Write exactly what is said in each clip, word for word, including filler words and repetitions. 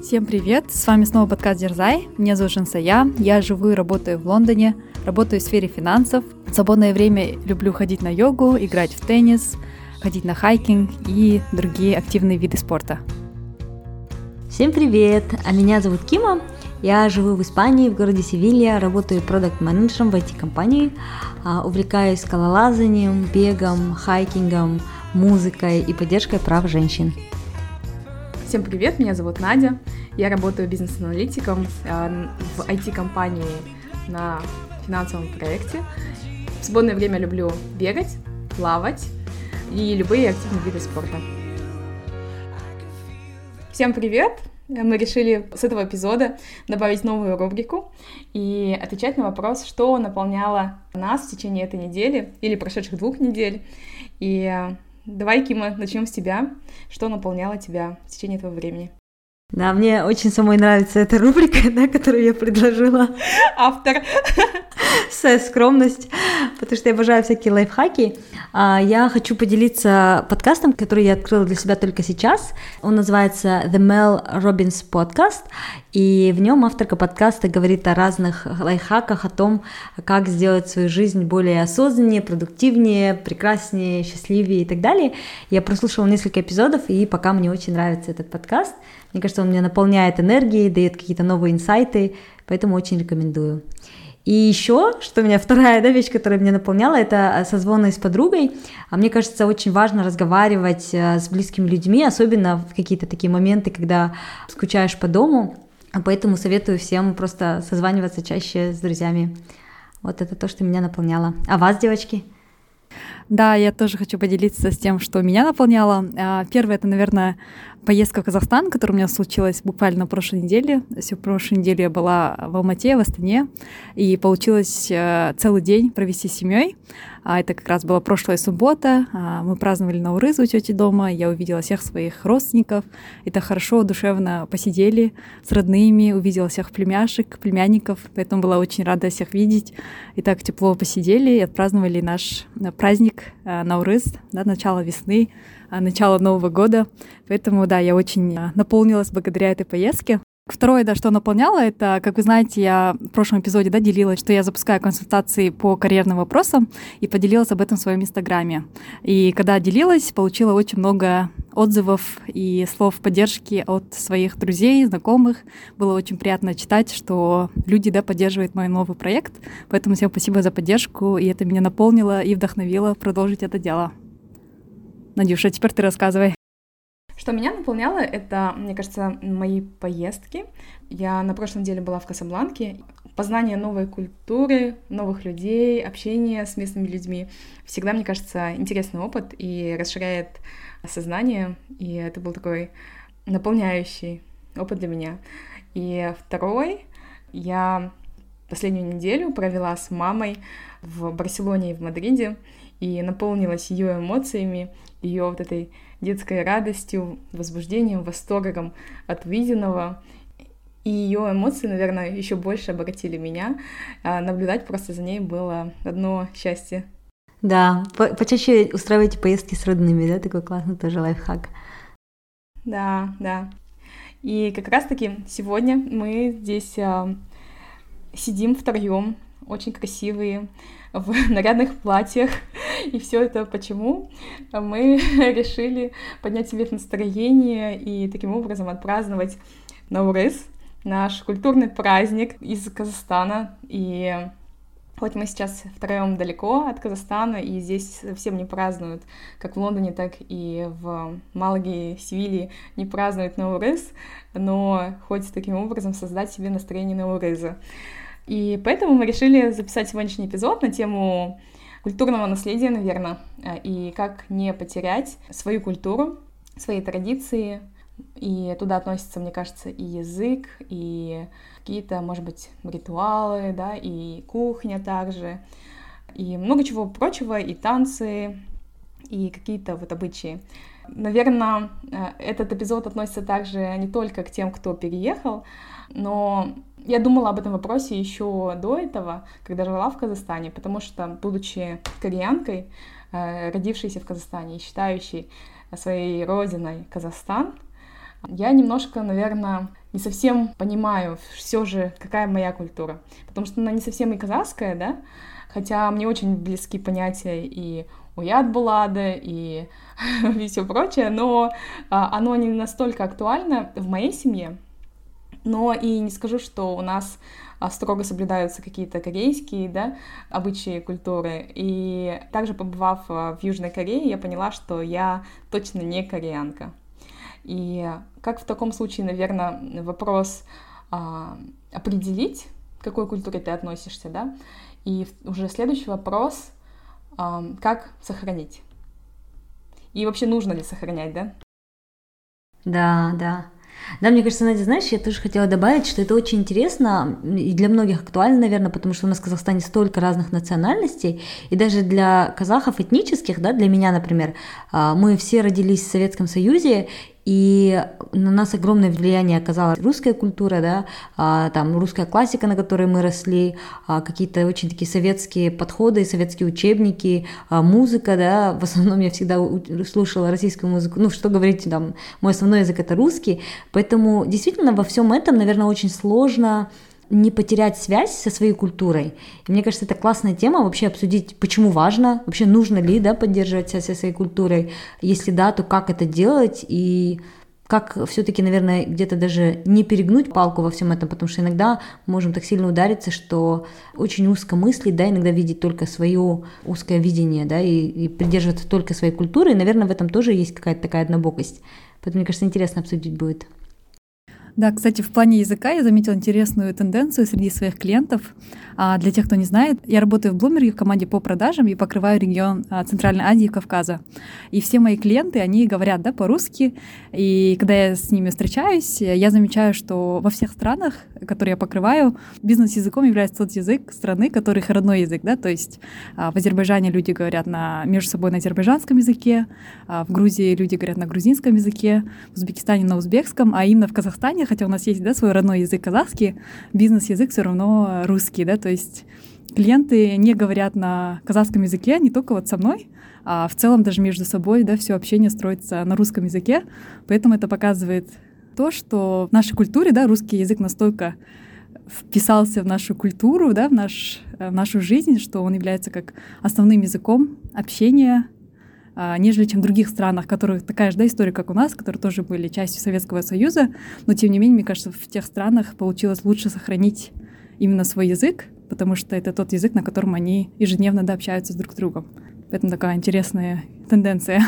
Всем привет! С вами снова подкаст Дерзай. Меня зовут Жансая. Я живу и работаю в Лондоне. Работаю в сфере финансов. В свободное время люблю ходить на йогу, играть в теннис, ходить на хайкинг и другие активные виды спорта. Всем привет! А меня зовут Кима. Я живу в Испании, в городе Севилья, работаю продакт-менеджером в ай ти-компании, увлекаюсь скалолазанием, бегом, хайкингом, музыкой и поддержкой прав женщин. Всем привет, меня зовут Надя, я работаю бизнес-аналитиком в ай ти-компании на финансовом проекте. В свободное время люблю бегать, плавать и любые активные виды спорта. Всем привет! Мы решили с этого эпизода добавить новую рубрику и отвечать на вопрос, что наполняло нас в течение этой недели или прошедших двух недель. И давай, Кима, начнем с тебя. Что наполняло тебя в течение этого времени? Да, мне очень самой нравится эта рубрика, да, которую я предложила. Автор. Вся скромность, потому что я обожаю всякие лайфхаки. Я хочу поделиться подкастом, который я открыла для себя только сейчас. Он называется The Mel Robbins Podcast, и в нем авторка подкаста говорит о разных лайфхаках, о том, как сделать свою жизнь более осознаннее, продуктивнее, прекраснее, счастливее и так далее. Я прослушала несколько эпизодов, и пока мне очень нравится этот подкаст. Мне кажется, он меня наполняет энергией, дает какие-то новые инсайты, поэтому очень рекомендую. И еще, что меня вторая да, вещь, которая меня наполняла, это созвоны с подругой. А мне кажется, очень важно разговаривать с близкими людьми, особенно в какие-то такие моменты, когда скучаешь по дому. Поэтому советую всем просто созваниваться чаще с друзьями. Вот это то, что меня наполняло. А вас, девочки? Да, я тоже хочу поделиться с тем, что меня наполняло. Первое — это, наверное, поездка в Казахстан, которая у меня случилась буквально на прошлой неделе. Всю прошлую неделю я была в Алмате, в Астане, и получилось целый день провести с семьей. Это как раз была прошлая суббота. Мы праздновали Наурыз у тети дома. Я увидела всех своих родственников. Это хорошо, душевно посидели с родными, увидела всех племяшек, племянников. Поэтому была очень рада всех видеть. И так тепло посидели и отпраздновали наш праздник Наурыз, да, начало весны, начало Нового года. Поэтому, да, я очень наполнилась благодаря этой поездке. Второе, да, что наполняло, это, как вы знаете, я в прошлом эпизоде, да, делилась, что я запускаю консультации по карьерным вопросам и поделилась об этом в своем инстаграме. И когда делилась, получила очень много отзывов и слов поддержки от своих друзей, знакомых. Было очень приятно читать, что люди, да, поддерживают мой новый проект. Поэтому всем спасибо за поддержку, и это меня наполнило и вдохновило продолжить это дело. Надюша, теперь ты рассказывай. Что меня наполняло, это, мне кажется, мои поездки. Я на прошлой неделе была в Касабланке. Познание новой культуры, новых людей, общение с местными людьми. Всегда, мне кажется, интересный опыт и расширяет сознание. И это был такой наполняющий опыт для меня. И второй, я последнюю неделю провела с мамой в Барселоне и в Мадриде и наполнилась ее эмоциями, ее вот этой детской радостью, возбуждением, восторгом от увиденного. И ее эмоции, наверное, еще больше обогатили меня. А наблюдать просто за ней было одно счастье. Да, по- почаще устраивайте поездки с родными, да? Такой классный тоже лайфхак. Да, да. И как раз-таки сегодня мы здесь а, сидим втроем, очень красивые, в нарядных платьях. И все это почему? Мы решили поднять себе настроение и таким образом отпраздновать Наурыз, наш культурный праздник из Казахстана. И хоть мы сейчас втроем далеко от Казахстана, и здесь совсем не празднуют, как в Лондоне, так и в Малаге, Севилье не празднуют Наурыз, но хоть таким образом создать себе настроение Наурыза. И поэтому мы решили записать сегодняшний эпизод на тему культурного наследия, наверное, и как не потерять свою культуру, свои традиции. И туда относится, мне кажется, и язык, и какие-то, может быть, ритуалы, да, и кухня также, и много чего прочего, и танцы, и какие-то вот обычаи. Наверное, этот эпизод относится также не только к тем, кто переехал, но я думала об этом вопросе еще до этого, когда жила в Казахстане, потому что, будучи кореянкой, родившейся в Казахстане и считающей своей родиной Казахстан, я немножко, наверное, не совсем понимаю все же, какая моя культура. Потому что она не совсем и казахская, да, хотя мне очень близки понятия и уят булады, и, и все прочее, но а, оно не настолько актуально в моей семье. Но и не скажу, что у нас а, строго соблюдаются какие-то корейские, да, обычаи, культуры. И также, побывав в Южной Корее, я поняла, что я точно не кореянка. И как в таком случае, наверное, вопрос а, определить, к какой культуре ты относишься, да, и уже следующий вопрос, а, как сохранить. И вообще нужно ли сохранять, да? Да, да. Да, мне кажется, Надя, знаешь, я тоже хотела добавить, что это очень интересно и для многих актуально, наверное, потому что у нас в Казахстане столько разных национальностей, и даже для казахов этнических, да, для меня, например, мы все родились в Советском Союзе, и на нас огромное влияние оказала русская культура, да, там русская классика, на которой мы росли, какие-то очень такие советские подходы, советские учебники, музыка, да, в основном я всегда слушала российскую музыку, ну, что говорить, там, мой основной язык — это русский, поэтому действительно во всем этом, наверное, очень сложно не потерять связь со своей культурой. И мне кажется, это классная тема вообще обсудить, почему важно, вообще нужно ли, да, поддерживать связь со своей культурой. Если да, то как это делать и как все-таки, наверное, где-то даже не перегнуть палку во всем этом, потому что иногда можем так сильно удариться, что очень узко мыслить, да, иногда видеть только свое узкое видение, да, и, и придерживаться только своей культуры. И, наверное, в этом тоже есть какая-то такая однобокость. Поэтому, мне кажется, интересно обсудить будет. Да, кстати, в плане языка я заметила интересную тенденцию среди своих клиентов. А для тех, кто не знает, я работаю в Bloomberg в команде по продажам и покрываю регион Центральной Азии и Кавказа. И все мои клиенты, они говорят, да, по-русски. И когда я с ними встречаюсь, я замечаю, что во всех странах, которые я покрываю, бизнес-языком является тот язык страны, который их родной язык, да, то есть в Азербайджане люди говорят на, между собой на азербайджанском языке, в Грузии люди говорят на грузинском языке, в Узбекистане на узбекском, а именно в Казахстане, хотя у нас есть, да, свой родной язык казахский, бизнес-язык все равно русский, да, то есть клиенты не говорят на казахском языке, не только вот со мной, а в целом даже между собой, да, все общение строится на русском языке, поэтому это показывает то, что в нашей культуре, да, русский язык настолько вписался в нашу культуру, да, в, наш, в нашу жизнь, что он является как основным языком общения, нежели чем в других странах, в которых такая же, да, история, как у нас, которые тоже были частью Советского Союза, но тем не менее, мне кажется, в тех странах получилось лучше сохранить именно свой язык, потому что это тот язык, на котором они ежедневно, да, общаются друг с другом. Поэтому такая интересная тенденция.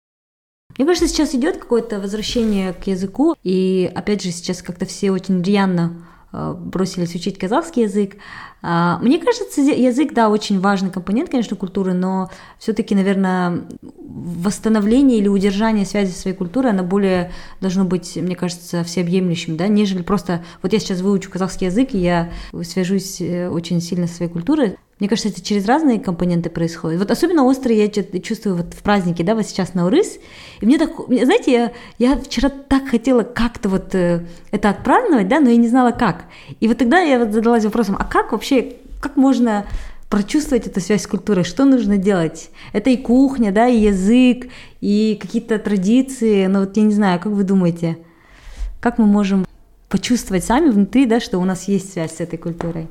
Мне кажется, сейчас идет какое-то возвращение к языку, и опять же сейчас как-то все очень рьяно бросились учить казахский язык. Мне кажется, язык, да, очень важный компонент, конечно, культуры, но все-таки, наверное, восстановление или удержание связи со своей культурой, оно более должно быть, мне кажется, всеобъемлющим, да, нежели просто, вот я сейчас выучу казахский язык, и я свяжусь очень сильно со своей культурой. Мне кажется, это через разные компоненты происходит. Вот особенно остро я чувствую вот в празднике, да, вот сейчас Наурыз. И мне так, знаете, я, я вчера так хотела как-то вот э, это отпраздновать, да, но я не знала как. И вот тогда я вот задалась вопросом, а как вообще, как можно прочувствовать эту связь с культурой, что нужно делать? Это и кухня, да, и язык, и какие-то традиции. Но вот я не знаю, как вы думаете, как мы можем почувствовать сами внутри, да, что у нас есть связь с этой культурой?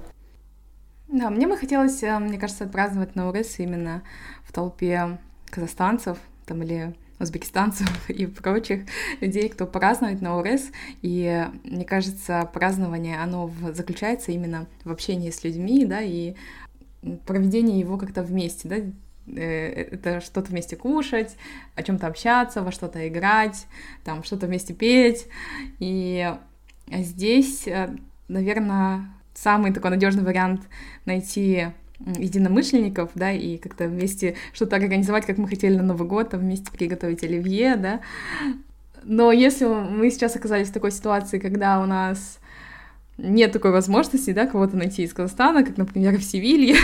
Да, мне бы хотелось, мне кажется, отпраздновать Наурыз именно в толпе казахстанцев там, или узбекистанцев и прочих людей, кто празднует Наурыз. И мне кажется, празднование, оно заключается именно в общении с людьми, да, и проведении его как-то вместе, да, это что-то вместе кушать, о чем-то общаться, во что-то играть, там что-то вместе петь. И здесь, наверное, самый такой надежный вариант найти единомышленников, да, и как-то вместе что-то организовать, как мы хотели на Новый год, там вместе приготовить оливье, да. Но если мы сейчас оказались в такой ситуации, когда у нас нет такой возможности, да, кого-то найти из Казахстана, как, например, в Севилье,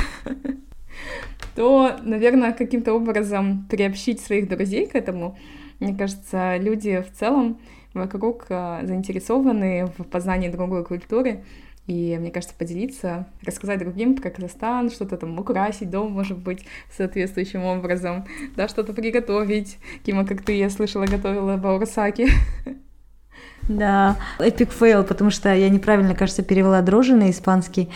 то, наверное, каким-то образом приобщить своих друзей к этому. Мне кажется, люди в целом вокруг заинтересованы в познании другой культуры. И, мне кажется, поделиться, рассказать другим про Казахстан, что-то там украсить дом, может быть, соответствующим образом, да, что-то приготовить. Кима, как ты, я слышала, готовила баурсаки. Да, epic fail, потому что я неправильно, кажется, перевела дрожжи на испанский.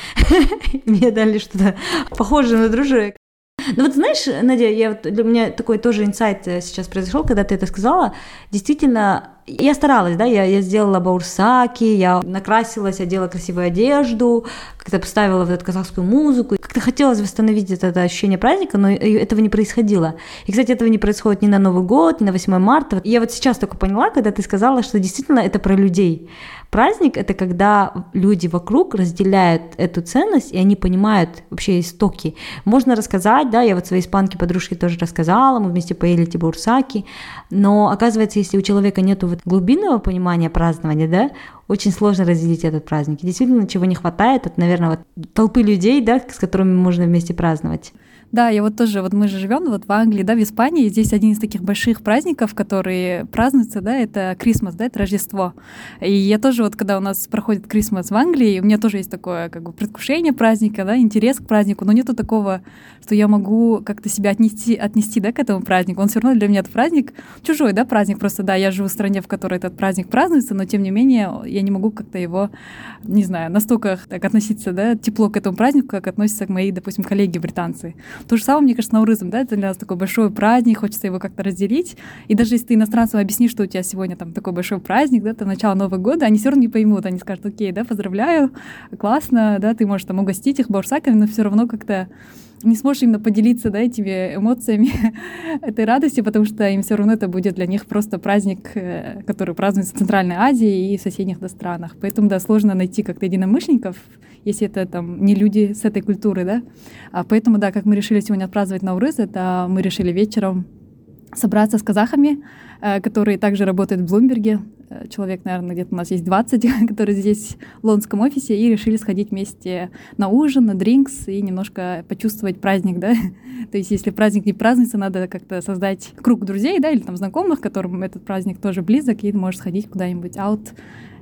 Мне дали что-то похожее на дрожжи. Ну вот знаешь, Надя, я вот, для меня такой тоже инсайт сейчас произошел, когда ты это сказала. Действительно, я старалась, да, я, я сделала баурсаки, я накрасилась, одела красивую одежду, как-то поставила вот эту казахскую музыку. Как-то хотелось восстановить это, это ощущение праздника, но этого не происходило. И, кстати, этого не происходит ни на Новый год, ни на восьмое марта. Я вот сейчас только поняла, когда ты сказала, что действительно это про людей. Праздник — это когда люди вокруг разделяют эту ценность, и они понимают вообще истоки. Можно рассказать, да, я вот своей испанке подружке тоже рассказала, мы вместе поели эти баурсаки, но оказывается, если у человека нету вот глубинного понимания празднования, да, очень сложно разделить этот праздник. И действительно, чего не хватает, это, наверное, вот толпы людей, да, с которыми можно вместе праздновать. Да, я вот тоже, вот мы же живем вот в Англии, да, в Испании, здесь один из таких больших праздников, которые празднуются, да, это Крисмас, да, это Рождество. И я тоже вот, когда у нас проходит Крисмас в Англии, у меня тоже есть такое, как бы, предвкушение праздника, да, интерес к празднику, но нету такого, что я могу как-то себя отнести, отнести, да, к этому празднику. Он все равно для меня этот праздник чужой, да, праздник, просто, да, я живу в стране, в которой этот праздник празднуется, но, тем не менее, я не могу как-то его, не знаю, настолько так относиться, да, тепло к этому празднику, как относятся к моей, допустим, коллеги британцы. То же самое, мне кажется, наурызом, да, это для нас такой большой праздник, хочется его как-то разделить. И даже если ты иностранцам объяснишь, что у тебя сегодня там такой большой праздник, да, это начало Нового года, они все равно не поймут, они скажут: окей, да, поздравляю, классно, да, ты можешь там угостить их баурсаками, но все равно как-то не сможешь именно поделиться, да, этими эмоциями этой радости, потому что им все равно это будет для них просто праздник, который празднуется в Центральной Азии и в соседних, да, странах. Поэтому, да, сложно найти как-то единомышленников, если это там не люди с этой культуры, да. А поэтому, да, как мы решили сегодня отпраздновать Наурыз, это мы решили вечером собраться с казахами, которые также работают в Блумберге. Человек, наверное, где-то у нас есть двадцать, которые здесь в лондонском офисе, и решили сходить вместе на ужин, на дринкс и немножко почувствовать праздник, да. То есть если праздник не празднуется, надо как-то создать круг друзей, да, или там знакомых, которым этот праздник тоже близок, и ты можешь сходить куда-нибудь аут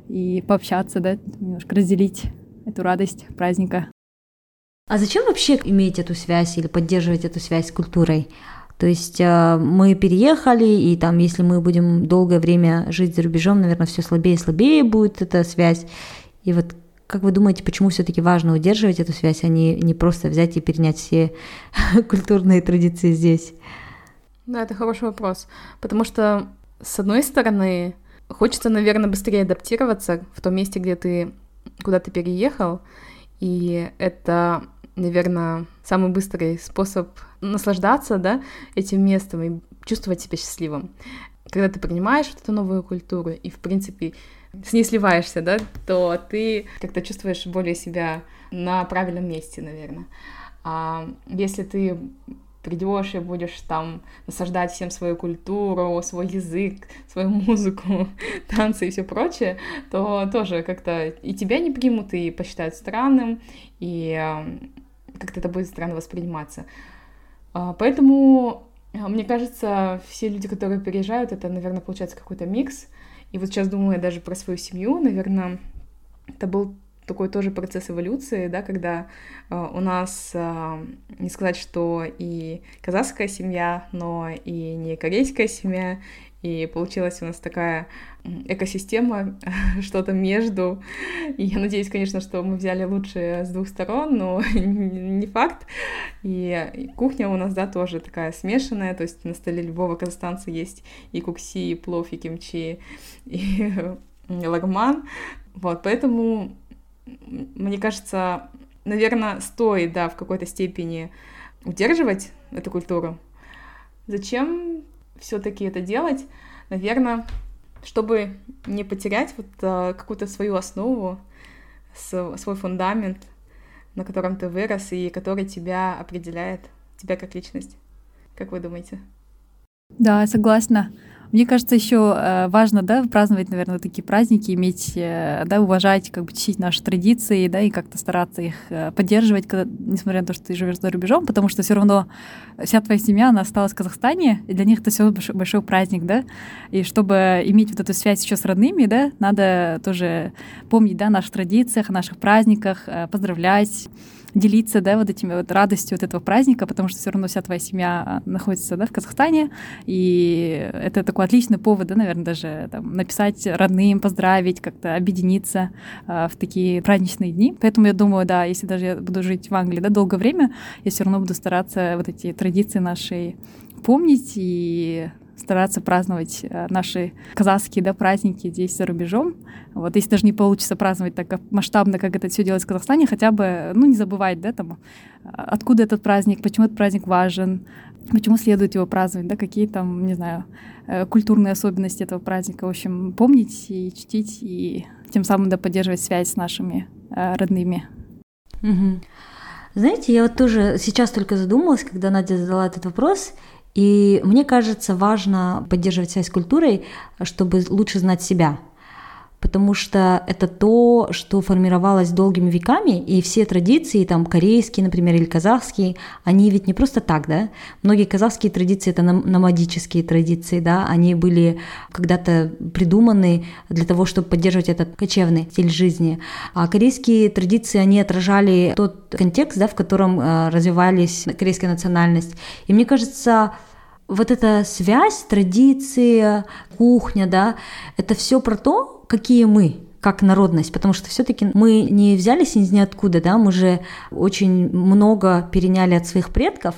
и пообщаться, да, немножко разделить эту радость праздника. А зачем вообще иметь эту связь или поддерживать эту связь с культурой? То есть мы переехали, и там, если мы будем долгое время жить за рубежом, наверное, все слабее и слабее будет эта связь. И вот как вы думаете, почему все-таки важно удерживать эту связь, а не, не просто взять и перенять все культурные традиции здесь? Да, это хороший вопрос. Потому что, с одной стороны, хочется, наверное, быстрее адаптироваться в том месте, где ты куда ты переехал, и это, наверное, самый быстрый способ наслаждаться, да, этим местом и чувствовать себя счастливым. Когда ты принимаешь вот эту новую культуру и, в принципе, с ней сливаешься, да, то ты как-то чувствуешь более себя на правильном месте, наверное. А если ты придешь и будешь там насаждать всем свою культуру, свой язык, свою музыку, танцы и все прочее, то тоже как-то и тебя не примут, и посчитают странным, и как-то это будет странно восприниматься. Поэтому, мне кажется, все люди, которые переезжают, это, наверное, получается какой-то микс. И вот сейчас думаю я даже про свою семью, наверное, это был такой тоже процесс эволюции, да, когда э, у нас, э, не сказать, что и казахская семья, но и не корейская семья, и получилась у нас такая экосистема, что-то между. И я надеюсь, конечно, что мы взяли лучшее с двух сторон, но не факт. И кухня у нас, да, тоже такая смешанная, то есть на столе любого казахстанца есть и кукси, и плов, и кимчи, и лагман. Вот, поэтому мне кажется, наверное, стоит, да, в какой-то степени удерживать эту культуру. Зачем все-таки это делать? Наверное, чтобы не потерять вот а, какую-то свою основу, с, свой фундамент, на котором ты вырос и который тебя определяет, тебя как личность. Как вы думаете? Да, согласна. Мне кажется, еще важно, да, праздновать, наверное, такие праздники, иметь, да, уважать, как бы чтить наши традиции, да, и как-то стараться их поддерживать, когда, несмотря на то, что ты живешь за рубежом, потому что все равно вся твоя семья, она осталась в Казахстане, и для них это все большой, большой праздник, да, и чтобы иметь вот эту связь еще с родными, да, надо тоже помнить, да, о наших традициях, о наших праздниках, поздравлять, делиться, да, вот этими вот радостью от этого праздника, потому что все равно вся твоя семья находится, да, в Казахстане, и это такой такой отличный повод, да, наверное, даже там, написать родным, поздравить, как-то объединиться э, в такие праздничные дни. Поэтому я думаю, да, если даже я буду жить в Англии, да, долгое время, я все равно буду стараться вот эти традиции наши помнить и стараться праздновать наши казахские, да, праздники здесь за рубежом. Вот, если даже не получится праздновать так масштабно, как это все делается в Казахстане, хотя бы, ну, не забывать, да, там, откуда этот праздник, почему этот праздник важен, почему следует его праздновать, да, какие там, не знаю, культурные особенности этого праздника. В общем, помнить и чтить, и тем самым, да, поддерживать связь с нашими родными. Угу. Знаете, я вот тоже сейчас только задумалась, когда Надя задала этот вопрос, и мне кажется, важно поддерживать связь с культурой, чтобы лучше знать себя. Потому что это то, что формировалось долгими веками, и все традиции, там, корейские, например, или казахские, они ведь не просто так, да? Многие казахские традиции — это номадические традиции, да? Они были когда-то придуманы для того, чтобы поддерживать этот кочевный стиль жизни. А корейские традиции, они отражали тот контекст, да, в котором э, развивались корейская национальность. И мне кажется, вот эта связь, традиции, кухня, да, это все про то, какие мы, как народность, потому что все-таки мы не взялись из ниоткуда, да, мы же очень много переняли от своих предков,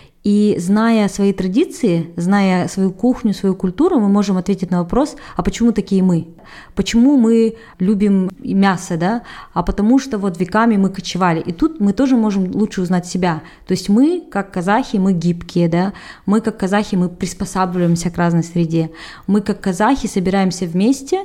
и зная свои традиции, зная свою кухню, свою культуру, мы можем ответить на вопрос, а почему такие мы? Почему мы любим мясо, да? А потому что вот веками мы кочевали. И тут мы тоже можем лучше узнать себя. То есть мы, как казахи, мы гибкие, да? Мы, как казахи, мы приспосабливаемся к разной среде. Мы, как казахи, собираемся вместе,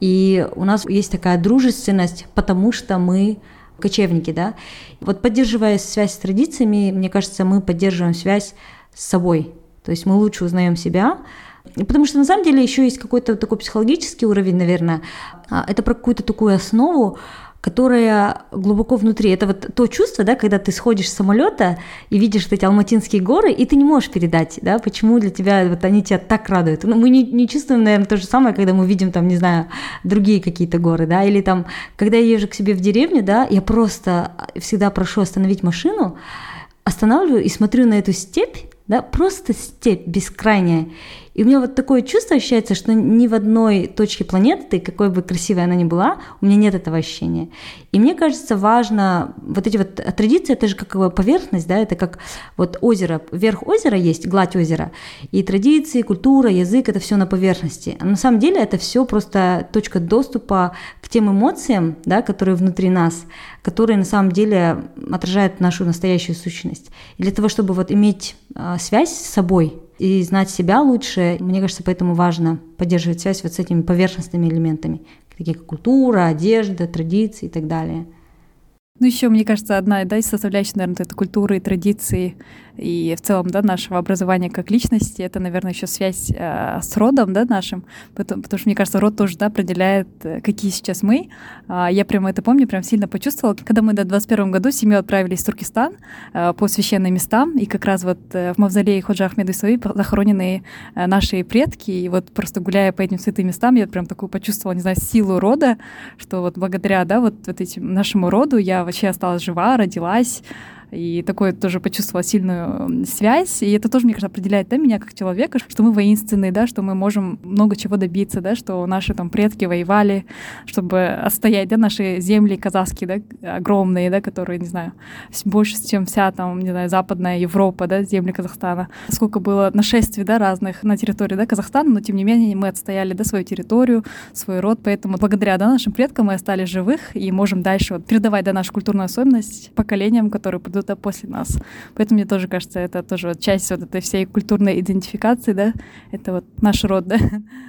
и у нас есть такая дружественность, потому что мы кочевники, да. Вот поддерживая связь с традициями, мне кажется, мы поддерживаем связь с собой. То есть мы лучше узнаем себя. Потому что на самом деле еще есть какой-то такой психологический уровень, наверное. Это про какую-то такую основу, которая глубоко внутри. Это вот то чувство, да, когда ты сходишь с самолета и видишь вот эти Алматинские горы, и ты не можешь передать, да, почему для тебя вот они тебя так радуют. Ну, мы не, не чувствуем, наверное, то же самое, когда мы видим там, не знаю, другие какие-то горы, да, или там, когда я езжу к себе в деревню, да, я просто всегда прошу остановить машину, останавливаю и смотрю на эту степь, да, просто степь бескрайняя. И у меня вот такое чувство ощущается, что ни в одной точке планеты, какой бы красивой она ни была, у меня нет этого ощущения. И мне кажется, важно, вот эти вот традиции, это же как поверхность, да, это как вот озеро, верх озера есть, гладь озера, и традиции, культура, язык, это все на поверхности. А на самом деле это все просто точка доступа к тем эмоциям, да, которые внутри нас, которые на самом деле отражают нашу настоящую сущность. И для того, чтобы вот иметь а, связь с собой, и знать себя лучше, мне кажется, поэтому важно поддерживать связь вот с этими поверхностными элементами, такие как культура, одежда, традиции и так далее. Ну, еще, мне кажется, одна, да, из составляющих, наверное, это культуры и традиции, и в целом, да, нашего образования как личности, это, наверное, еще связь э, с родом, да, нашим, потому, потому что, мне кажется, род тоже, да, определяет, какие сейчас мы. А, я прямо это помню, прям сильно почувствовала, когда мы в двадцать первом году с семьей отправились в Туркестан э, по священным местам, и как раз вот э, в мавзолее Ходжа Ахмеда Исаи захоронены э, наши предки, и вот просто гуляя по этим святым местам, я прям такую почувствовала, не знаю, силу рода, что вот благодаря, да, вот, вот этим нашему роду я вообще осталась жива, родилась, и такое тоже почувствовала сильную связь, и это тоже, мне кажется, определяет, да, меня как человека, что мы воинственные, да, что мы можем много чего добиться, да, что наши там предки воевали, чтобы отстоять, да, наши земли казахские, да, огромные, да, которые, не знаю, больше, чем вся там, не знаю, Западная Европа, да, земли Казахстана. Сколько было нашествий, да, разных на территории, да, Казахстана, но тем не менее мы отстояли, да, свою территорию, свой род, поэтому благодаря, да, нашим предкам мы остались живых и можем дальше вот передавать, да, нашу культурную особенность поколениям, которые придут после нас. Поэтому мне тоже кажется, это тоже вот часть вот этой всей культурной идентификации, да, это вот наш род, да.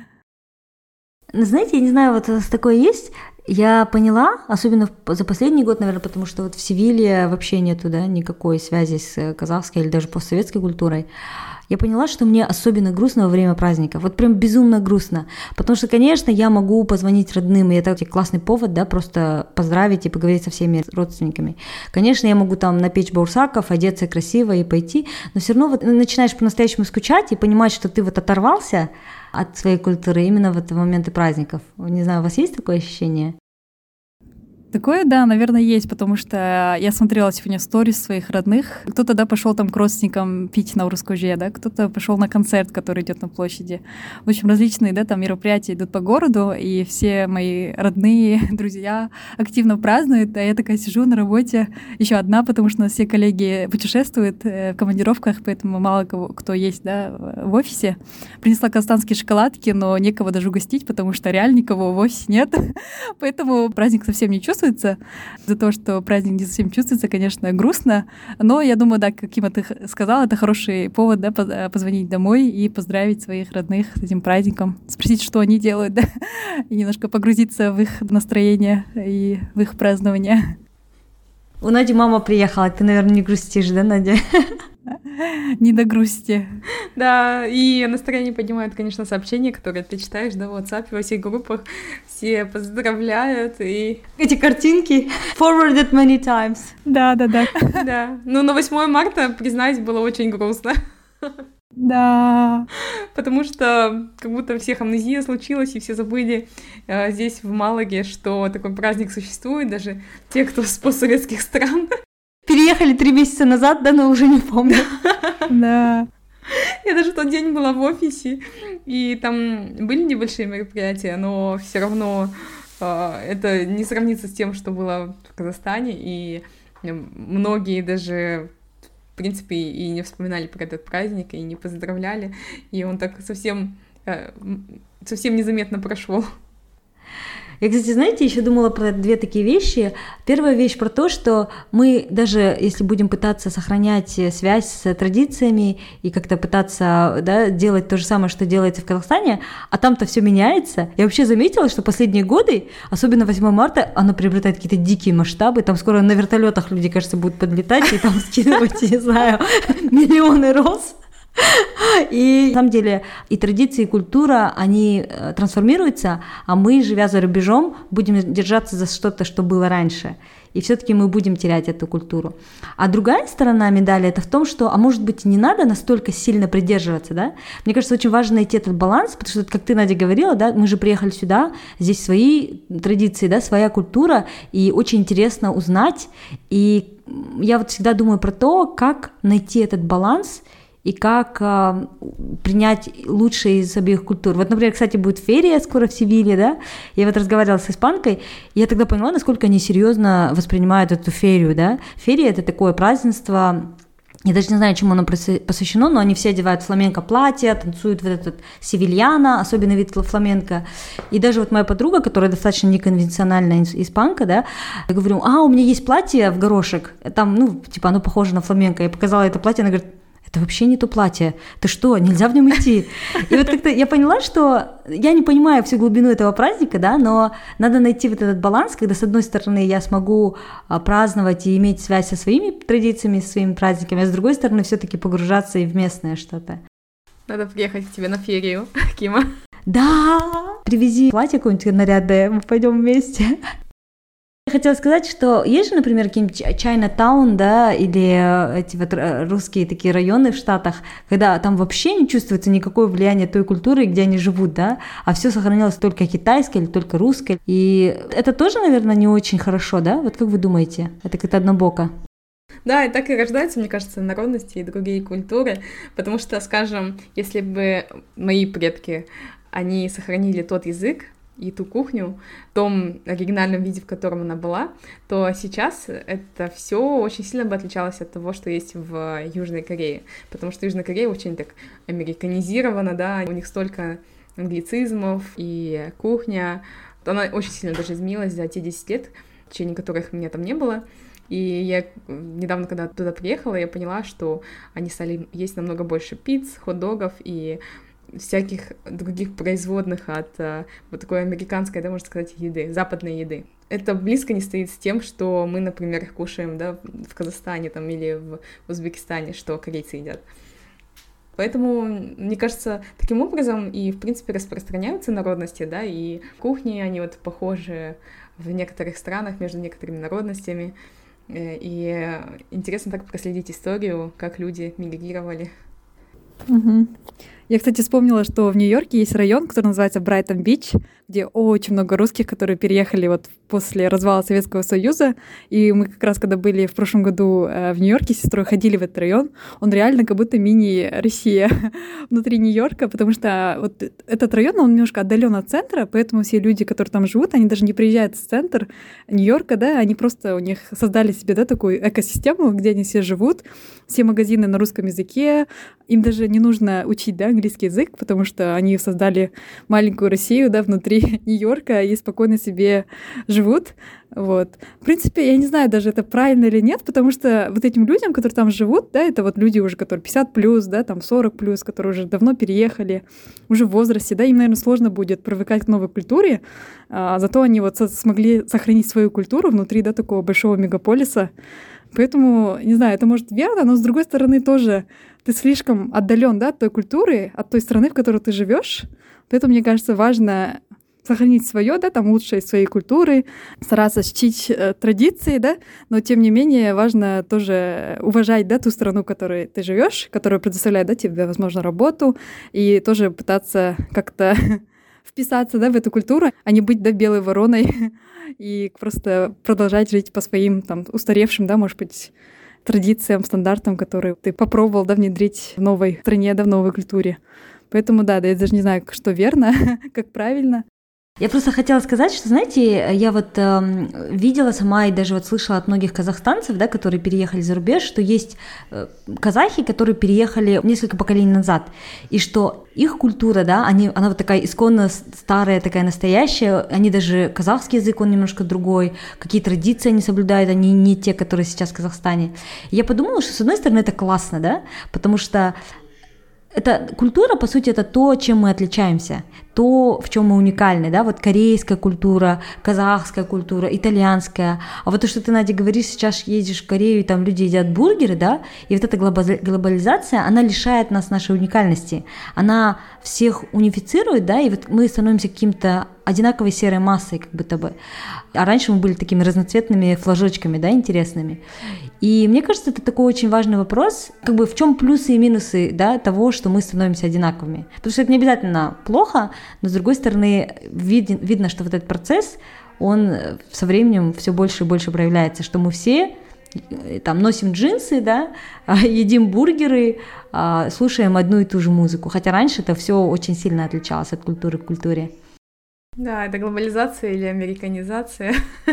Знаете, я не знаю, вот такое есть. Я поняла, особенно за последний год, наверное, потому что вот в Севилье вообще нету, да, никакой связи с казахской или даже постсоветской культурой. Я поняла, что мне особенно грустно во время праздника. Вот прям безумно грустно. Потому что, конечно, я могу позвонить родным, и это классный повод, да, просто поздравить и поговорить со всеми родственниками. Конечно, я могу там напечь баурсаков, одеться красиво и пойти, но все равно вот начинаешь по-настоящему скучать и понимать, что ты вот оторвался от своей культуры именно в эти моменты праздников. Не знаю, у вас есть такое ощущение? Такое, да, наверное, есть, потому что я смотрела сегодня сторис своих родных. Кто-то, да, пошел там к родственникам пить на Урускоже, да, кто-то пошел на концерт, который идет на площади. В общем, различные, да, там мероприятия идут по городу, и все мои родные, друзья активно празднуют, а я такая сижу на работе, еще одна, потому что у нас все коллеги путешествуют в командировках, поэтому мало кого, кто есть, да, в офисе. Принесла казахстанские шоколадки, но некого даже угостить, потому что реально никого в офисе нет, поэтому праздник совсем не чувствуется. За то, что праздник не совсем чувствуется, конечно, грустно, но я думаю, да, как Кима ты сказала, это хороший повод, да, позвонить домой и поздравить своих родных с этим праздником, спросить, что они делают, да, и немножко погрузиться в их настроение и в их празднование. У Нади мама приехала, ты, наверное, не грустишь, да, Надя? Не до грусти. Да, и настроение поднимает, конечно, сообщения, которые ты читаешь, да, в WhatsApp, во всех группах, все поздравляют, и... Эти картинки forwarded many times. Да, да, да. Да, ну на восьмое марта, признаюсь, было очень грустно. Да. Потому что как будто у всех амнезия случилась, и все забыли э, здесь, в Малаге, что такой праздник существует, даже те, кто с постсоветских стран. Переехали три месяца назад, да, но уже не помню. Да. Я даже в тот день была в офисе, и там были небольшие мероприятия, но все равно э, это не сравнится с тем, что было в Казахстане, и многие даже, в принципе, и не вспоминали про этот праздник, и не поздравляли, и он так совсем, э, совсем незаметно прошел. Я, кстати, знаете, еще думала про две такие вещи. Первая вещь про то, что мы даже, если будем пытаться сохранять связь с традициями и как-то пытаться, да, делать то же самое, что делается в Казахстане, а там-то все меняется. Я вообще заметила, что последние годы, особенно восьмое марта, оно приобретает какие-то дикие масштабы. Там скоро на вертолетах люди, кажется, будут подлетать и там скидывать, не знаю, миллионы роз. И на самом деле и традиции, и культура, они трансформируются, а мы, живя за рубежом, будем держаться за что-то, что было раньше. И все-таки мы будем терять эту культуру. А другая сторона медали — это в том, что, а может быть, не надо настолько сильно придерживаться, да? Мне кажется, очень важно найти этот баланс, потому что, как ты, Надя, говорила, да, мы же приехали сюда, здесь свои традиции, да, своя культура, и очень интересно узнать. И я вот всегда думаю про то, как найти этот баланс и как э, принять лучшее из обеих культур. Вот, например, кстати, будет ферия скоро в Севиле, да? Я вот разговаривала с испанкой, и я тогда поняла, насколько они серьезно воспринимают эту ферию, да? Ферия — это такое празднество, я даже не знаю, чему оно посвящено, но они все одевают фламенко платья, танцуют вот этот севильяна, особенно вид фламенко. И даже вот моя подруга, которая достаточно неконвенциональная испанка, да, я говорю, а, у меня есть платье в горошек, там, ну, типа, оно похоже на фламенко. Я показала это платье, она говорит, это вообще не то платье. Ты что, нельзя в нем идти? И вот как-то я поняла, что я не понимаю всю глубину этого праздника, да, но надо найти вот этот баланс, когда, с одной стороны, я смогу праздновать и иметь связь со своими традициями, со своими праздниками, а с другой стороны, все-таки погружаться и в местное что-то. Надо приехать к тебе на ферию, Кима. Да! Привези платье какое-нибудь нарядное, мы пойдем вместе. Я хотела сказать, что есть же, например, какие-нибудь Чайна-таун, да, или эти вот русские такие районы в Штатах, когда там вообще не чувствуется никакое влияние той культуры, где они живут, да, а все сохранилось только китайское или только русское. И это тоже, наверное, не очень хорошо, да? Вот как вы думаете? Это как-то однобоко. Да, и так и рождаются, мне кажется, народности и другие культуры, потому что, скажем, если бы мои предки, они сохранили тот язык и ту кухню в том оригинальном виде, в котором она была, то сейчас это все очень сильно бы отличалось от того, что есть в Южной Корее, потому что Южная Корея очень так американизирована, да, у них столько англицизмов, и кухня, она очень сильно даже изменилась за те десять лет, в течение которых меня там не было. И я недавно, когда туда приехала, я поняла, что они стали есть намного больше пиц, хот-догов и всяких других производных от uh, вот такой американской, да, можно сказать, еды, западной еды. Это близко не стоит с тем, что мы, например, кушаем, да, в Казахстане там, или в Узбекистане, что корейцы едят. Поэтому, мне кажется, таким образом и, в принципе, распространяются народности, да, и кухни, они вот похожи в некоторых странах между некоторыми народностями. И интересно так проследить историю, как люди мигрировали. Угу. Я, кстати, вспомнила, что в Нью-Йорке есть район, который называется Брайтон-Бич, где очень много русских, которые переехали вот после развала Советского Союза. И мы как раз, когда были в прошлом году в Нью-Йорке с сестрой, ходили в этот район, он реально как будто мини-Россия внутри Нью-Йорка, потому что вот этот район, он немножко отдален от центра, поэтому все люди, которые там живут, они даже не приезжают в центр Нью-Йорка, да, они просто, у них создали себе, да, такую экосистему, где они все живут, все магазины на русском языке, им даже не нужно учить, да, английский язык, потому что они создали маленькую Россию, да, внутри Нью-Йорка и спокойно себе живут. Вот. В принципе, я не знаю, даже это правильно или нет, потому что вот этим людям, которые там живут, да, это вот люди уже, которые пятьдесят плюс, да, там сорок плюс, которые уже давно переехали, уже в возрасте, да, им, наверное, сложно будет привыкать к новой культуре, а, зато они вот смогли сохранить свою культуру внутри, да, такого большого мегаполиса. Поэтому, не знаю, это может верно, но с другой стороны тоже ты слишком отдален, да, от той культуры, от той страны, в которой ты живешь. Поэтому, мне кажется, важно сохранить свое, да, там лучшее из своей культуры, стараться чтить э, традиции, да, но тем не менее важно тоже уважать, да, ту страну, в которой ты живешь, которая предоставляет, да, тебе, возможно, работу, и тоже пытаться как-то вписаться, да, в эту культуру, а не быть, да, белой вороной и просто продолжать жить по своим там устаревшим, да, может быть, традициям, стандартам, которые ты попробовал, да, внедрить в новой стране, да, в новой культуре. Поэтому, да, да, я даже не знаю, что верно, как правильно. Я просто хотела сказать, что, знаете, я вот э, видела сама и даже вот слышала от многих казахстанцев, да, которые переехали за рубеж, что есть э, казахи, которые переехали несколько поколений назад, и что их культура, да, они, она вот такая исконно старая, такая настоящая, они даже, казахский язык, он немножко другой, какие традиции они соблюдают, они не те, которые сейчас в Казахстане. И я подумала, что, с одной стороны, это классно, да, потому что эта культура, по сути, это то, чем мы отличаемся, то, в чем мы уникальны, да, вот корейская культура, казахская культура, итальянская, а вот то, что ты, Надя, говоришь, сейчас едешь в Корею, и там люди едят бургеры, да, и вот эта глобализация, она лишает нас нашей уникальности, она всех унифицирует, да, и вот мы становимся каким-то одинаковой серой массой, как будто бы, а раньше мы были такими разноцветными флажочками, да, интересными. И мне кажется, это такой очень важный вопрос, как бы в чем плюсы и минусы, да, того, что мы становимся одинаковыми. Потому что это не обязательно плохо, но с другой стороны вид, видно, что вот этот процесс, он со временем все больше и больше проявляется, что мы все там носим джинсы, да, едим бургеры, слушаем одну и ту же музыку. Хотя раньше это все очень сильно отличалось от культуры к культуре. Да, это глобализация или американизация.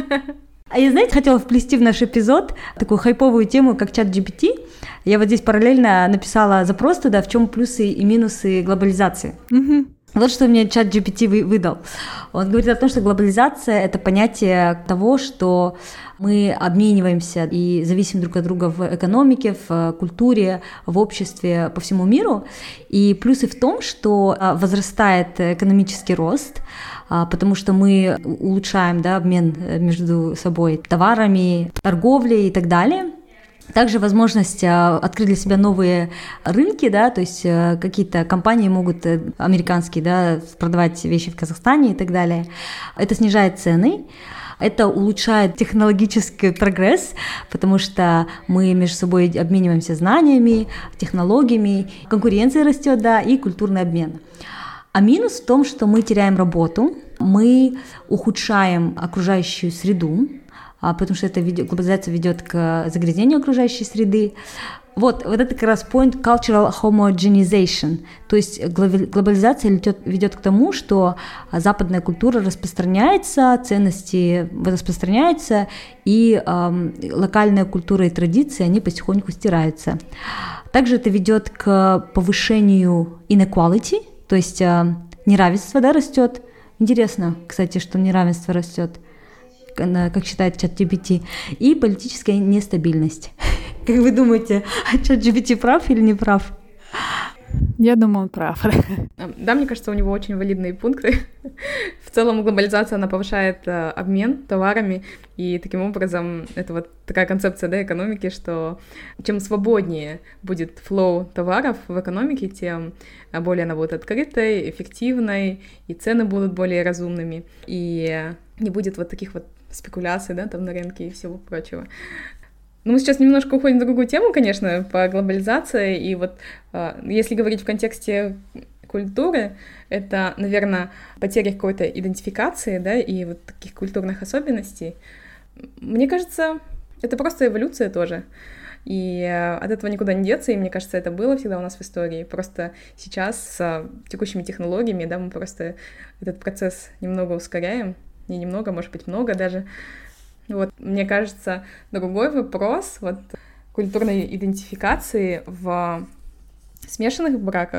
А я, знаете, хотела вплести в наш эпизод такую хайповую тему, как чат джи пи ти. Я вот здесь параллельно написала запрос туда, в чем плюсы и минусы глобализации. Mm-hmm. Вот что мне чат джи пи ти выдал. Он говорит о том, что глобализация — это понятие того, что мы обмениваемся и зависим друг от друга в экономике, в культуре, в обществе по всему миру. И плюсы в том, что возрастает экономический рост, потому что мы улучшаем, да, обмен между собой товарами, торговлей и так далее. Также возможность открыть для себя новые рынки, да, то есть какие-то компании могут, американские, да, продавать вещи в Казахстане и так далее. Это снижает цены. Это улучшает технологический прогресс, потому что мы между собой обмениваемся знаниями, технологиями, конкуренция растет, да, и культурный обмен. А минус в том, что мы теряем работу, мы ухудшаем окружающую среду, потому что эта глобализация ведет к загрязнению окружающей среды. Вот, вот это как раз point cultural homogenization, то есть глобализация ведет, ведет к тому, что западная культура распространяется, ценности распространяются, и эм, локальная культура и традиции, они потихоньку стираются. Также это ведет к повышению inequality, то есть э, неравенство, да, растет. Интересно, кстати, что неравенство растет, как считает чат джи пи ти, и политическая нестабильность. Как вы думаете, чат джи пи ти прав или не прав? Я думаю, он прав. Да, мне кажется, у него очень валидные пункты. В целом глобализация, она повышает обмен товарами, и таким образом это вот такая концепция, да, экономики, что чем свободнее будет флоу товаров в экономике, тем более она будет открытой, эффективной, и цены будут более разумными, и не будет вот таких вот спекуляций, да, там на рынке и всего прочего. Ну, мы сейчас немножко уходим в другую тему, конечно, по глобализации, и вот если говорить в контексте культуры, это, наверное, потеря какой-то идентификации, да, и вот таких культурных особенностей. Мне кажется, это просто эволюция тоже, и от этого никуда не деться, и мне кажется, это было всегда у нас в истории. Просто сейчас с текущими технологиями, да, мы просто этот процесс немного ускоряем, не немного, может быть, много даже. Вот, мне кажется, другой вопрос вот культурной идентификации в смешанных браках.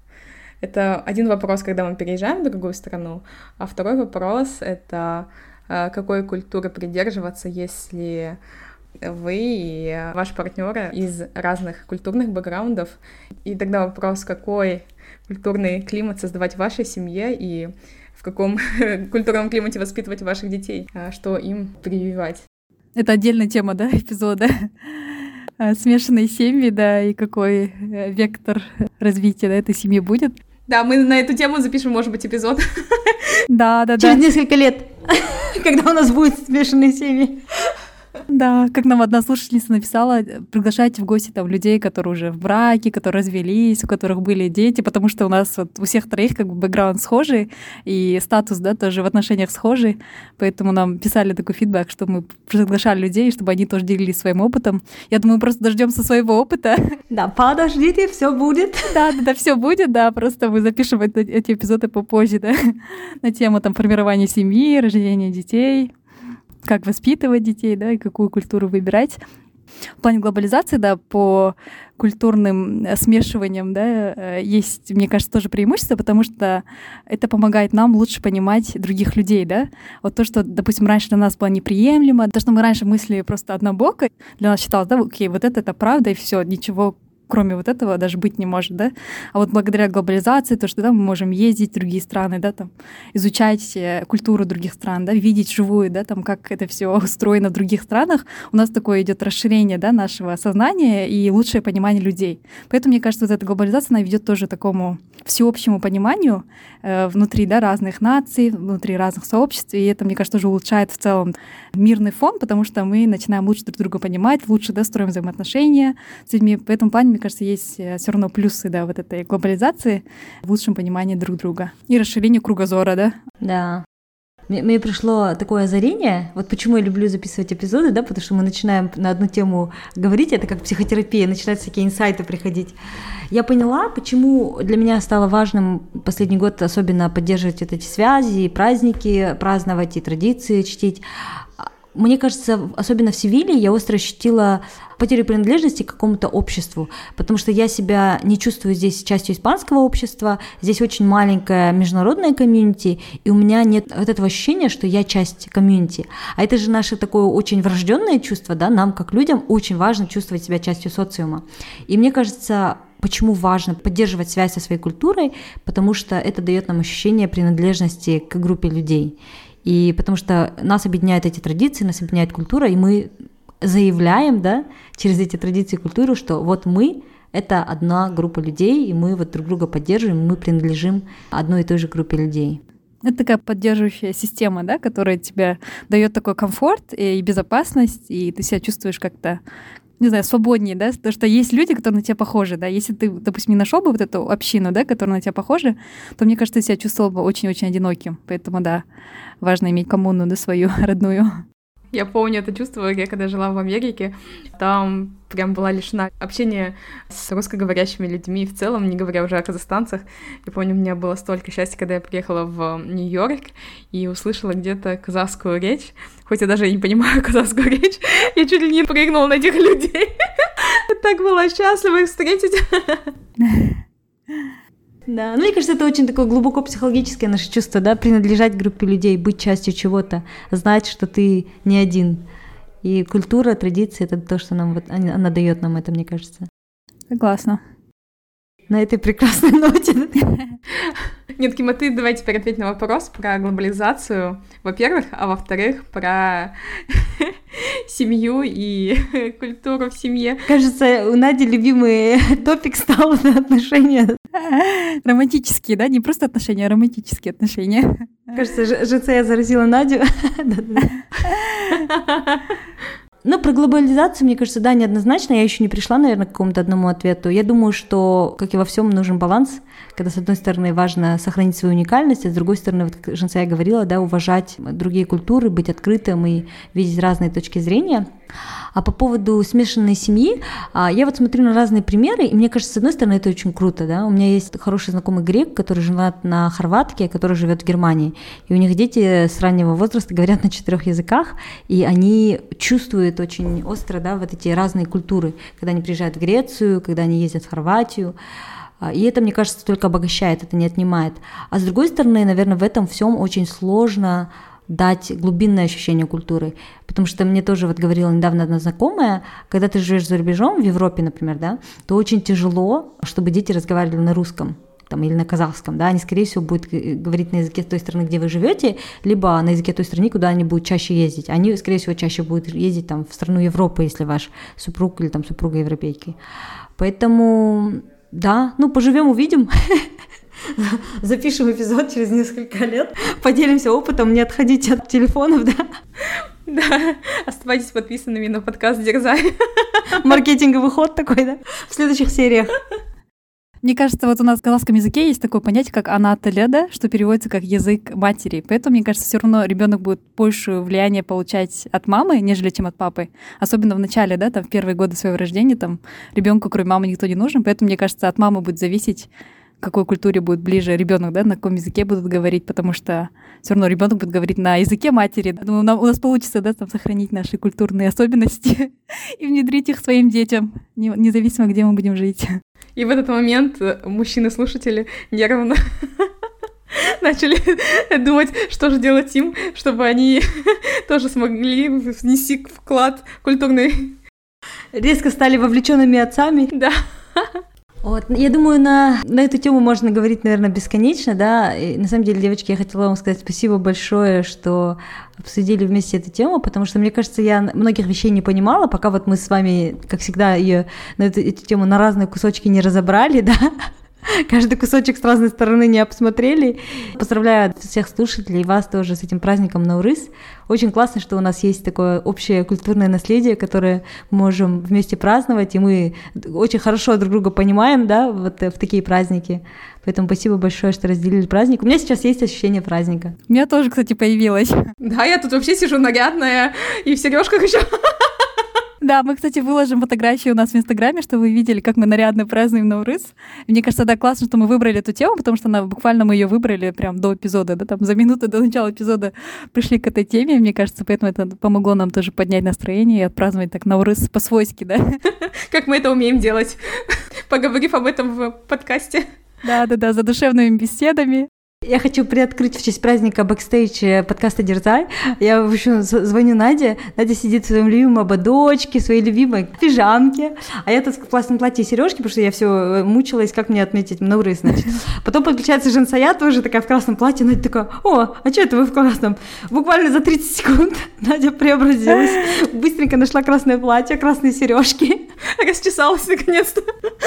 Это один вопрос, когда мы переезжаем в другую страну, а второй вопрос — это какой культуры придерживаться, если вы и ваш партнер из разных культурных бэкграундов. И тогда вопрос, какой культурный климат создавать в вашей семье и в каком культурном климате воспитывать ваших детей, что им прививать. Это отдельная тема, да, эпизода. Смешанные семьи, да, и какой вектор развития, да, этой семьи будет. Да, мы на эту тему запишем, может быть, эпизод. Да, да, да. Через несколько лет, когда у нас будут смешанные семьи. Да, как нам одна слушательница написала, приглашайте в гости там людей, которые уже в браке, которые развелись, у которых были дети, потому что у нас вот у всех троих как бы бэкграунд схожий, и статус, да, тоже в отношениях схожий, поэтому нам писали такой фидбэк, что мы приглашали людей, чтобы они тоже делились своим опытом. Я думаю, мы просто дождемся своего опыта. Да, подождите, все будет. Да, да, да, все будет, да, просто мы запишем это, эти эпизоды попозже, да, на тему там формирования семьи, рождения детей, как воспитывать детей, да, и какую культуру выбирать. В плане глобализации, да, по культурным смешиваниям, да, есть, мне кажется, тоже преимущество, потому что это помогает нам лучше понимать других людей, да. Вот то, что, допустим, раньше для нас было неприемлемо, то, что мы раньше мыслили просто однобоко, для нас считалось, да, окей, вот это, это правда, и все, ничего кроме вот этого даже быть не может, да. А вот благодаря глобализации, то, что да, мы можем ездить в другие страны, да, там, изучать культуру других стран, да, видеть вживую, да, там, как это все устроено в других странах, у нас такое идет расширение, да, нашего сознания и лучшее понимание людей. Поэтому, мне кажется, вот эта глобализация, она ведет тоже к такому всеобщему пониманию э, внутри, да, разных наций, внутри разных сообществ, и это, мне кажется, тоже улучшает в целом мирный фон, потому что мы начинаем лучше друг друга понимать, лучше, да, строим взаимоотношения с людьми. В этом плане, мне кажется, есть все равно плюсы, да, вот этой глобализации в лучшем понимании друг друга и расширению кругозора, да. Да. Мне, мне пришло такое озарение, вот почему я люблю записывать эпизоды, да, потому что мы начинаем на одну тему говорить, это как психотерапия, начинают всякие инсайты приходить. Я поняла, почему для меня стало важным последний год особенно поддерживать вот эти связи, праздники, праздновать и традиции чтить. Мне кажется, особенно в Севилье я остро ощутила потерю принадлежности к какому-то обществу, потому что я себя не чувствую здесь частью испанского общества, здесь очень маленькое международное комьюнити, и у меня нет вот этого ощущения, что я часть комьюнити. А это же наше такое очень врожденное чувство, да, нам как людям очень важно чувствовать себя частью социума. И мне кажется, почему важно поддерживать связь со своей культурой, потому что это дает нам ощущение принадлежности к группе людей. И потому что нас объединяют эти традиции, нас объединяет культура, и мы заявляем, да, через эти традиции и культуру, что вот мы — это одна группа людей, и мы вот друг друга поддерживаем, мы принадлежим одной и той же группе людей. Это такая поддерживающая система, да, которая тебе дает такой комфорт и безопасность, и ты себя чувствуешь как-то, не знаю, свободнее, да, потому что есть люди, которые на тебя похожи, да, если ты, допустим, не нашел бы вот эту общину, да, которая на тебя похожа, то, мне кажется, ты себя чувствовал бы очень-очень одиноким, поэтому, да, важно иметь коммуну, да, свою родную. Я помню это чувство, я когда жила в Америке, там прям была лишена общения с русскоговорящими людьми в целом, не говоря уже о казахстанцах. Я помню, у меня было столько счастья, когда я приехала в Нью-Йорк и услышала где-то казахскую речь, хоть я даже и не понимаю казахскую речь, я чуть ли не прыгнула на этих людей. Я так была счастлива их встретить. Да, ну, мне кажется, это очень такое глубоко психологическое наше чувство, да, принадлежать группе людей, быть частью чего-то, знать, что ты не один. И культура, традиции — это то, что нам вот, она дает нам это, мне кажется. Согласна. На этой прекрасной ноте. Нет, Кима, ты давай теперь ответь на вопрос про глобализацию, во-первых, а во-вторых, про семью и культуру в семье. Кажется, у Нади любимый топик стал отношения. Романтические, да? Не просто отношения, а романтические отношения. Кажется, ЖЦ я заразила Надю. Ну, про глобализацию, мне кажется, да, неоднозначно. Я еще не пришла, наверное, к какому-то одному ответу. Я думаю, что, как и во всем, нужен баланс, когда, с одной стороны, важно сохранить свою уникальность, а с другой стороны, вот, как Жансая говорила, да, уважать другие культуры, быть открытым и видеть разные точки зрения. А по поводу смешанной семьи, я вот смотрю на разные примеры, и мне кажется, с одной стороны, это очень круто, да. У меня есть хороший знакомый грек, который женат на хорватке, который живет в Германии, и у них дети с раннего возраста говорят на четырех языках, и они чувствуют очень остро, да, вот эти разные культуры, когда они приезжают в Грецию, когда они ездят в Хорватию. И это, мне кажется, только обогащает, это не отнимает. А с другой стороны, наверное, в этом всем очень сложно дать глубинное ощущение культуры. Потому что мне тоже вот говорила недавно одна знакомая, когда ты живешь за рубежом, в Европе, например, да, то очень тяжело, чтобы дети разговаривали на русском там, или на казахском, да, они, скорее всего, будут говорить на языке той страны, где вы живете, либо на языке той страны, куда они будут чаще ездить. Они, скорее всего, чаще будут ездить там, в страну Европы, если ваш супруг или там, супруга европейки. Поэтому, да, ну, поживем, увидим. Запишем эпизод через несколько лет, поделимся опытом, не отходите от телефонов, да? Да, оставайтесь подписанными на подкаст Дерзай. Маркетинговый ход такой, да? В следующих сериях. Мне кажется, вот у нас в казахском языке есть такое понятие, как ана тілі, да, что переводится как язык матери. Поэтому, мне кажется, все равно ребенок будет больше влияния получать от мамы, нежели чем от папы. Особенно в начале, да, там в первые годы своего рождения, там ребенку кроме мамы никто не нужен. Поэтому, мне кажется, от мамы будет зависеть, к какой культуре будет ближе ребенок, да, на каком языке будут говорить, потому что все равно ребенок будет говорить на языке матери. Думаю, нам, у нас получится, да, там сохранить наши культурные особенности и внедрить их своим детям, независимо, где мы будем жить. И в этот момент мужчины-слушатели нервно начали думать, что же делать им, чтобы они тоже смогли внести вклад культурный. Резко стали вовлеченными отцами. Да. Вот. Я думаю, на, на эту тему можно говорить, наверное, бесконечно, да. И на самом деле, девочки, я хотела вам сказать спасибо большое, что обсудили вместе эту тему, потому что, мне кажется, я многих вещей не понимала, пока вот мы с вами, как всегда, ее на эту, эту тему на разные кусочки не разобрали, да. Каждый кусочек с разной стороны не обсмотрели. Поздравляю всех слушателей и вас тоже с этим праздником Наурыз. Очень классно, что у нас есть такое общее культурное наследие, которое мы можем вместе праздновать, и мы очень хорошо друг друга понимаем, да, вот в такие праздники. Поэтому спасибо большое, что разделили праздник. У меня сейчас есть ощущение праздника. У меня тоже, кстати, появилось. Да, я тут вообще сижу нарядная и в сережках еще. Да, мы, кстати, выложим фотографии у нас в Инстаграме, чтобы вы видели, как мы нарядно празднуем Наурыз. Мне кажется, да, классно, что мы выбрали эту тему, потому что она, буквально мы ее выбрали прям до эпизода, да, там за минуту до начала эпизода пришли к этой теме, мне кажется, поэтому это помогло нам тоже поднять настроение и отпраздновать так Наурыз по-свойски, да. Как мы это умеем делать, поговорив об этом в подкасте. Да-да-да, задушевными беседами. Я хочу приоткрыть в честь праздника бэкстейдж подкаста «Дерзай». Я, в общем, звоню Наде. Надя сидит в своем любимом ободочке, в своей любимой пижамке. А я тут в классном платье и сережки, потому что я все мучилась, как мне отметить Наурыз, значит. Потом подключается Жансая, тоже такая в красном платье. Надя такая: о, а что это вы в красном? Буквально за тридцать секунд Надя преобразилась. Быстренько нашла красное платье, красные сережки. Расчесалась наконец-то.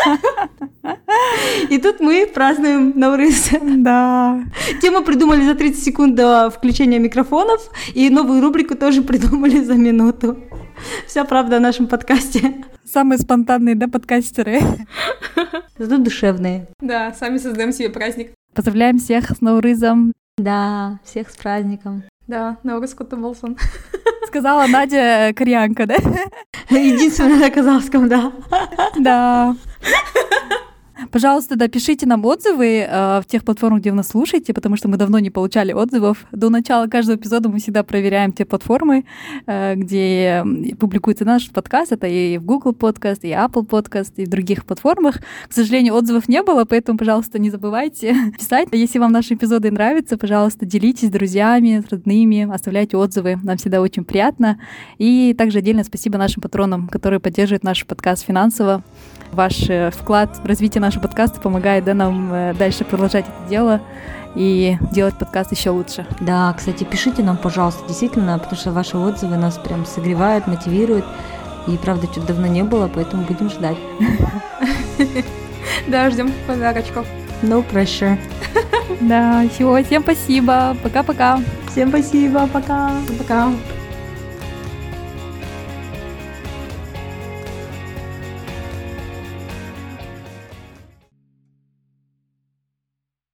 И тут мы празднуем Наурыз. Да. Тему придумали за тридцать секунд до включения микрофонов, и новую рубрику тоже придумали за минуту. Вся правда о нашем подкасте. Самые спонтанные, да, подкастеры. Зато душевные. Да, сами создаем себе праздник. Поздравляем всех с Наурызом. Да, всех с праздником. Да, Наурыз Кутлу болсын. Сказала Надя кореянка, да? Единственная на казахском, да. Да. Пожалуйста, да, пишите нам отзывы э, в тех платформах, где вы нас слушаете, потому что мы давно не получали отзывов. До начала каждого эпизода мы всегда проверяем те платформы, э, где публикуется наш подкаст. Это и в Google Podcast, и Apple Podcast, и в других платформах. К сожалению, отзывов не было, поэтому, пожалуйста, не забывайте писать. Если вам наши эпизоды нравятся, пожалуйста, делитесь с друзьями, с родными, оставляйте отзывы. Нам всегда очень приятно. И также отдельное спасибо нашим патронам, которые поддерживают наш подкаст финансово. Ваш вклад в развитие нашего подкаста помогает, да, нам дальше продолжать это дело и делать подкаст еще лучше. Да, кстати, пишите нам, пожалуйста, действительно, потому что ваши отзывы нас прям согревают, мотивируют. И, правда, что-то давно не было, поэтому будем ждать. Да, ждем подарочков. No pressure. Да, все, всем спасибо. Пока-пока. Всем спасибо, пока. Пока.